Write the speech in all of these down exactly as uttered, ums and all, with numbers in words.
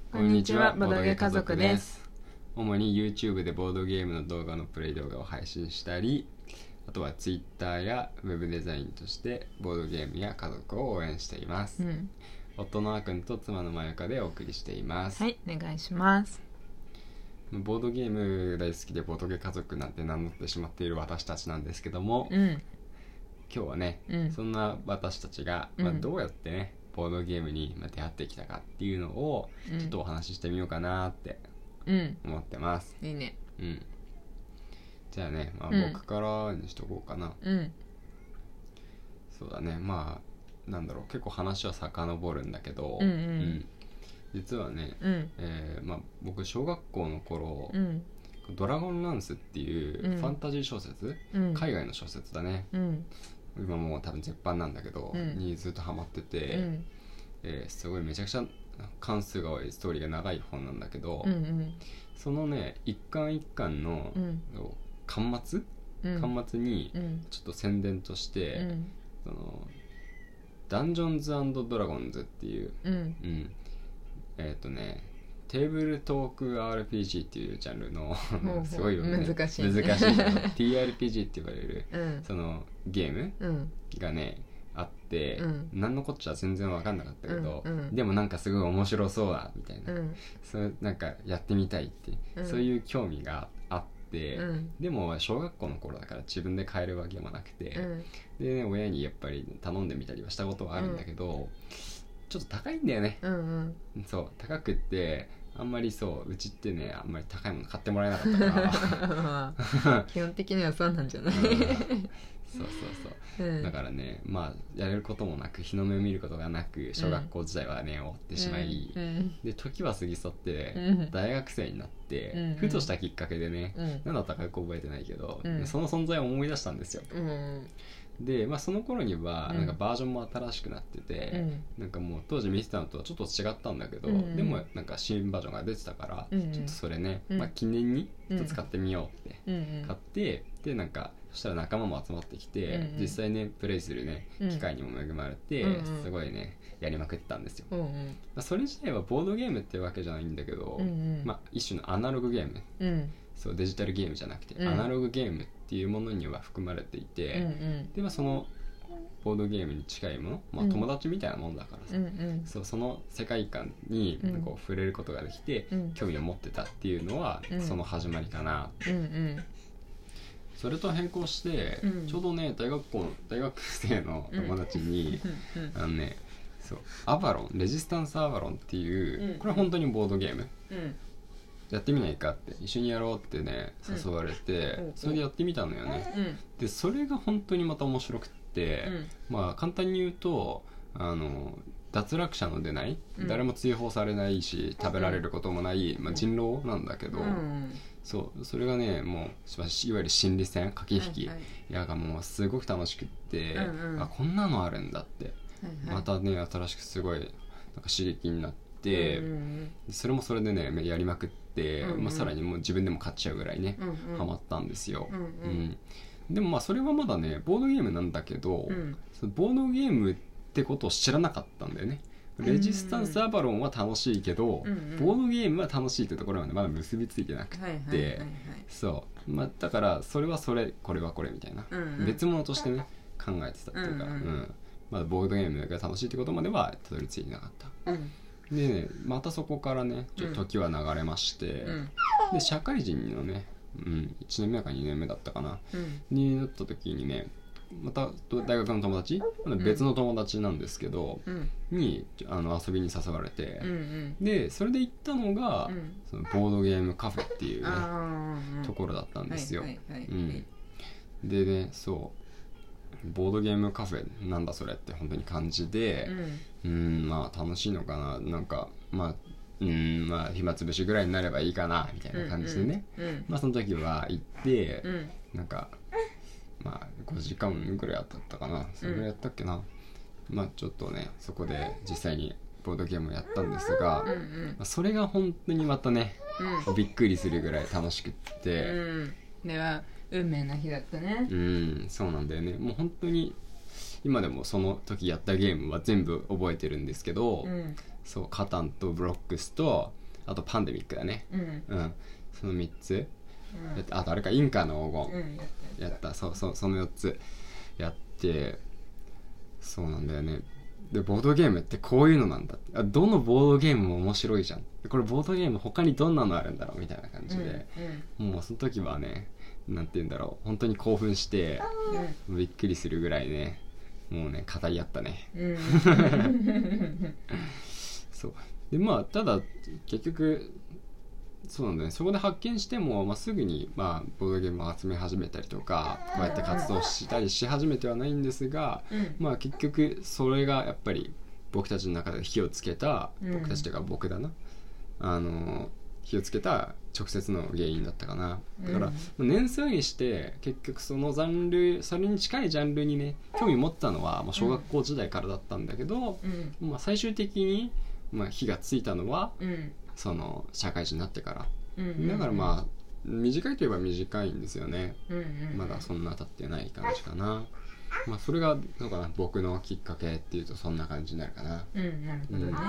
こんにちは、ボドゲ家族です。主に YouTube でボードゲームの動画のプレイ動画を配信したり、あとは Twitter や Web デザインとしてボードゲームや家族を応援しています、うん、夫のあくんと妻のまゆかでお送りしています。 はい、お願いします。 ボードゲーム大好きでボードゲ家族なんて名乗ってしまっている私たちなんですけども、 うん、 今日はね、うん、そんな私たちが、まあ、どうやってね、ボードゲームに出会ってきたかっていうのをちょっとお話ししてみようかなって思ってます、 うん、いいね、 うん、じゃあね、まあ、僕からにしとこうかな、 うん、 そうだね、まあなんだろう、結構話は遡るんだけど、 うんうんうん、 実はね、 うん、 えーまあ、僕小学校の頃、 うん、 ドラゴンランスっていうファンタジー小説、うん、海外の小説だね、 うん、 今もう多分絶版なんだけど、うん、にずっとハマってて、うん、えー、すごいめちゃくちゃ関数が多いストーリーが長い本なんだけど、 うんうん、 そのね一巻一巻の、うん、巻末、うん、巻末にちょっと宣伝として、うん、そのダンジョンズ&ドラゴンズっていう、 うんうん、 えっ、ー、とねテーブルトーク アールピージー っていうジャンルのすごいよね、 難しいね、 難しいティーアールピージー って言われる、うん、そのゲーム、うん、がねあって、うん、何のこっちゃ全然分かんなかったけど、うんうん、でもなんかすごい面白そうだみたいな、うん、そうなんかやってみたいって、うん、そういう興味があって、うん、でも小学校の頃だから自分で買えるわけもなくて、うん、で、ね、親にやっぱり頼んでみたりはしたことはあるんだけど、うん、ちょっと高いんだよね、 うんうん、 そう高くってあんまりそううちってねあんまり高いもの買ってもらえなかったから基本的にはそうなんじゃない、うん、そうそうそう、うん、だからねまあやれることもなく日の目を見ることがなく小学校時代はね、うん、終わってしまい、うん、で時は過ぎ去って、うん、大学生になって、うん、ふとしたきっかけでね、うん、何だったかよく覚えてないけど、うん、その存在を思い出したんですよ、うんで、まあ、その頃にはなんかバージョンも新しくなってて、うん、なんかもう当時見てたのとはちょっと違ったんだけど、うん、でもなんか新バージョンが出てたから、うん、ちょっとそれね、うんまあ、記念にちょっと使ってみようって買って、でなんかそしたら仲間も集まってきて、うん、実際ねプレイするね機会にも恵まれて、うん、すごいねやりまくったんですよ、うんまあ、それ自体はボードゲームってわけじゃないんだけど、うんまあ、一種のアナログゲーム、うんそうデジタルゲームじゃなくて、うん、アナログゲームっていうものには含まれていて、うんうん、でまあ、そのボードゲームに近いもの、まあ、友達みたいなもんだからさ、うんうん、そうその世界観にこう触れることができて、うん、興味を持ってたっていうのは、うん、その始まりかな、うんうん、それと並行して、うん、ちょうどね大学校の大学生の友達に、うん、あのねそうアバロンレジスタンスアバロンっていう、うん、これは本当にボードゲーム、うんやってみないかって一緒にやろうってね誘われて、うん、それでやってみたのよね、うん、でそれが本当にまた面白くって、うん、まあ簡単に言うとあの脱落者の出ない、うん、誰も追放されないし食べられることもない、うんまあ、人狼なんだけど、うん、そうそれがねもういわゆる心理戦駆け引き、はいはい、いやがもうすごく楽しくって、うんうん、あこんなのあるんだって、はいはい、またね新しくすごいなんか刺激になってで、うんうん、それもそれでねやりまくって、うんうんまあ、さらにもう自分でも買っちゃうぐらいね、うんうん、ハマったんですよ、うんうんうん、でもまあそれはまだねボードゲームなんだけど、うん、そのボードゲームってことを知らなかったんだよね。レジスタンスアバロンは楽しいけど、うんうん、ボードゲームは楽しいってところまでまだ結びついてなくて、はいはいはいはい、そう、まあ、だからそれはそれこれはこれみたいな、うんうん、別物としてね考えてたっていうか、うんうんうんまあ、ボードゲームが楽しいってことまではたどり着いてなかった、うんでね、またそこからねちょっと時は流れまして、うん、で社会人のね、うん、いちねんめかにねんめだったかな、うん、になった時にねまた大学の友達、うん、別の友達なんですけど、うん、にあの遊びに誘われて、うんうん、でそれで行ったのが、うん、そのボードゲームカフェっていうね、うん、ところだったんですよ、はいはいはいうん、でねそうボードゲームカフェなんだそれって本当に感じで、うん、うんまあ楽しいのかななんかまあうんまあ暇つぶしぐらいになればいいかなみたいな感じでね、うんうん、まあその時は行って、うん、なんかまあごじかんぐらいあったかなそれぐらいやったっけな、うん、まあちょっとねそこで実際にボードゲームをやったんですが、うんうんまあ、それが本当にまたね、うん、びっくりするぐらい楽しくって、 うん、では運命の日だったね。 うんそうなんだよねもう本当に今でもその時やったゲームは全部覚えてるんですけど、うん、 そうカタンとブロックスとあとパンデミックだね、 うんうん、そのみっつ、 うん、 やって、あとあれかインカの黄金、 うん、やったやったそうそうそのよっつやって、そうなんだよね。でボードゲームってこういうのなんだって、あどのボードゲームも面白いじゃん、これボードゲーム他にどんなのあるんだろうみたいな感じで、 うんうん、 もうその時はねなんて言うんだろう本当に興奮して、うん、びっくりするぐらいねもうね語り合ったね、うん、そうでまあただ結局そうなんだね、そこで発見しても、まあ、すぐに、まあ、ボードゲームを集め始めたりとかこうやって活動したりし始めてはないんですが、うん、まあ結局それがやっぱり僕たちの中で火をつけた、うん、僕たちというか僕だなあの火をつけた直接の原因だったかな。だから、うん、年数にして結局そのジャンルそれに近いジャンルにね興味持ったのはもう小学校時代からだったんだけど、うんまあ、最終的に、まあ、火がついたのは、うんその社会人になってから、うんうんうん、だからまあ短いといえば短いんですよね、うんうんうん、まだそんな経ってない感じかな。まあそれがどうかな僕のきっかけっていうとそんな感じになるかな。 うん、なるほどね、うん、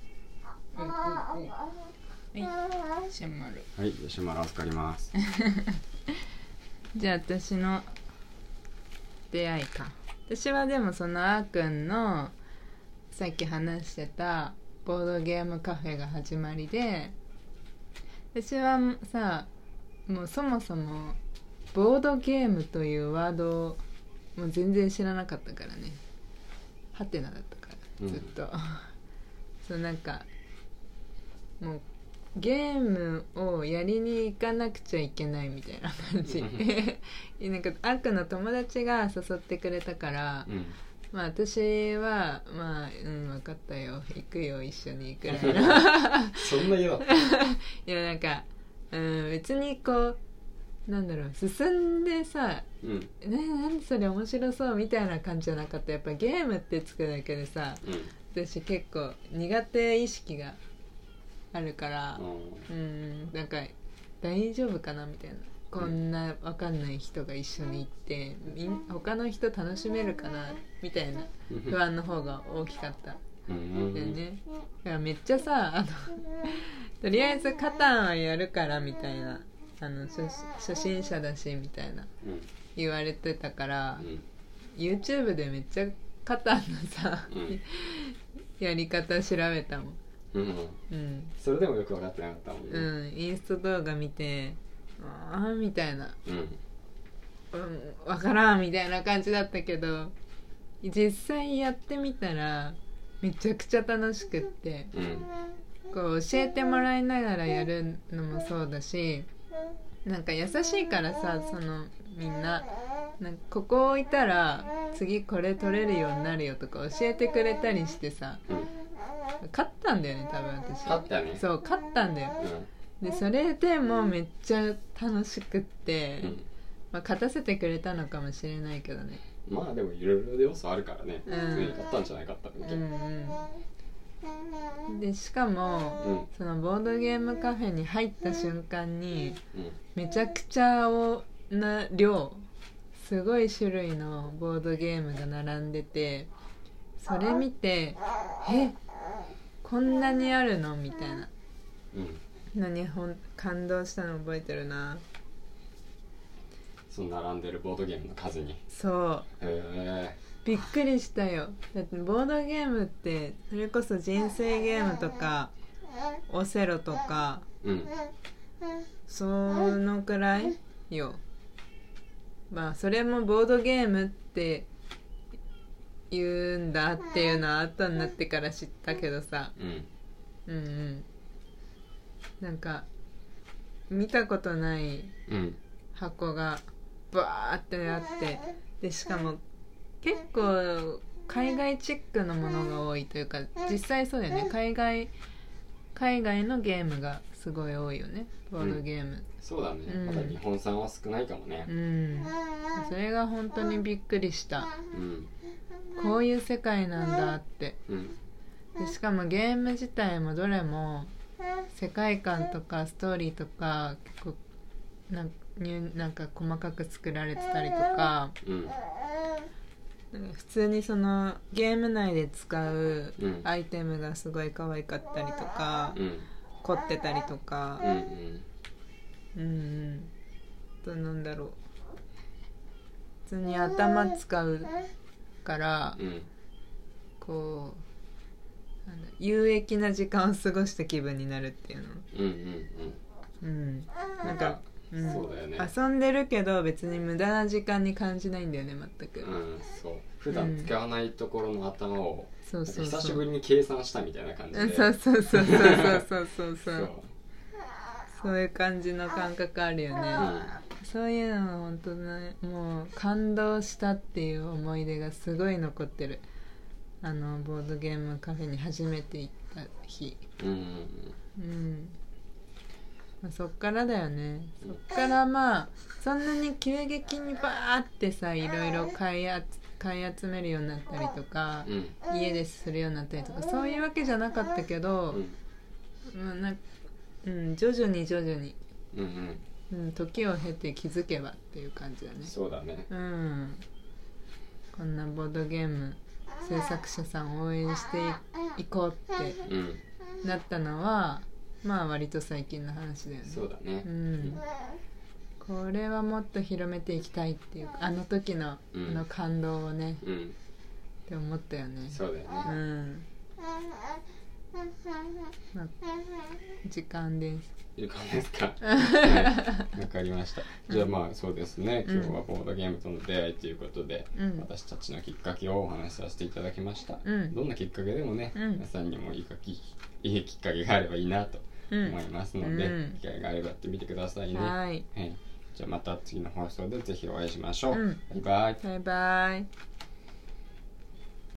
はいシェンマルはいシェンマル預かりますじゃあ私の出会いか。私はでもそのあーくんのさっき話してたボードゲームカフェが始まりで、私はさもうそもそもボードゲームというワードをもう全然知らなかったからね、ハテナだったからずっと、うん、そうなんかもうゲームをやりに行かなくちゃいけないみたいな感じなんかあっくんの友達が誘ってくれたから、うんまあ私はまあうん分かったよ行くよ一緒に行くらいなそんな嫌だったいやなんか、うん、別にこうなんだろう進んでさ、うん、ねなんでそれ面白そうみたいな感じじゃなかった。やっぱゲームってつくだけでさ、うん、私結構苦手意識があるから、うん、うんなんか大丈夫かなみたいな、こんな分かんない人が一緒に行ってみん他の人楽しめるかなみたいな不安の方が大きかったんだよね。だからめっちゃさあのとりあえずカタンはやるからみたいなあの 初, 初心者だしみたいな言われてたから、うん、YouTube でめっちゃカタンのさ、うん、やり方調べたもん、うんうん、それでもよく分かってなかったもんね。 うんインスト動画見てあーみたいな、うんうん、分からんみたいな感じだったけど実際やってみたらめちゃくちゃ楽しくって、うん、こう教えてもらいながらやるのもそうだしなんか優しいからさそのみんななんかここ置いたら次これ取れるようになるよとか教えてくれたりしてさ、うん、勝ったんだよね多分私勝ったねそう勝ったんだよ、うん、でそれでもめっちゃ楽しくって、うんまあ、勝たせてくれたのかもしれないけどね。 まあでもいろいろ要素あるからね、うん、普通に勝ったんじゃないかったね、うんうん、でしかも、うん、そのボードゲームカフェに入った瞬間に、うん、めちゃくちゃな量すごい種類のボードゲームが並んでてそれ見てえこんなにあるのみたいな、うん、のにほん感動したの覚えてるな。 その並んでるボードゲームの数にそうへびっくりしたよ。だってボードゲームってそれこそ人生ゲームとかオセロとか、うん、そのくらいよ。まあそれもボードゲームって言うんだっていうのは後になってから知ったけどさ、うん、うんうんなんか見たことない箱がバーってあってでしかも結構海外チックのものが多いというか実際そうだよね海外海外のゲームがすごい多いよねボードゲーム、うん、 そうだね、うん、まだ日本産は少ないかもね、うん、 それが本当にびっくりした、うん、こういう世界なんだって、うん、でしかもゲーム自体もどれも世界観とかストーリーとか結構なんなんか細かく作られてたりとか、うん、 なんか普通にそのゲーム内で使うアイテムがすごい可愛かったりとか、うん、凝ってたりとか、うんうんうんうん、となんだろう、普通に頭使うから、うん、こうなんだ有益な時間を過ごした気分になるっていうの、うんうんうん、うん、なんかうん、そうだよね、遊んでるけど別に無駄な時間に感じないんだよね全く、うん、 そう普段使わないところの頭を、うん、そうそうそう久しぶりに計算したみたいな感じで、 そうそうそうそうそうそうそうそうそういう感じの感覚あるよね、うん、そういうのは本当ねもう感動したっていう思い出がすごい残ってる。あのボードゲームカフェに初めて行った日、うんうんうんまあ、そっからだよね。そっからまあそんなに急激にバーってさいろいろ買いあ買い集めるようになったりとか、うん、家でするようになったりとかそういうわけじゃなかったけど、うんまあなうん、徐々に徐々に、うんうんうん、時を経て気づけばっていう感じだね。 そうだね、 うん、こんなボードゲーム制作者さんを応援していこうってなったのは、まあ割と最近の話だよね。 そうだね、うん、 これはもっと広めていきたいっていうあの時の、うん、あの感動をね、うん、って思ったよね。 そうだよね、うんまあ、時間です。 時間ですかはい、わかりました。じゃあまあそうですね、今日はボードゲームとの出会いということで、うん、私たちのきっかけをお話しさせていただきました、うん、どんなきっかけでもね、うん、皆さんにもいいかきいいきっかけがあればいいなと思いますので、うん、機会があればやってみてくださいね。はい、はい、じゃあまた次の放送でぜひお会いしましょう、バイバイ。 バイバイ。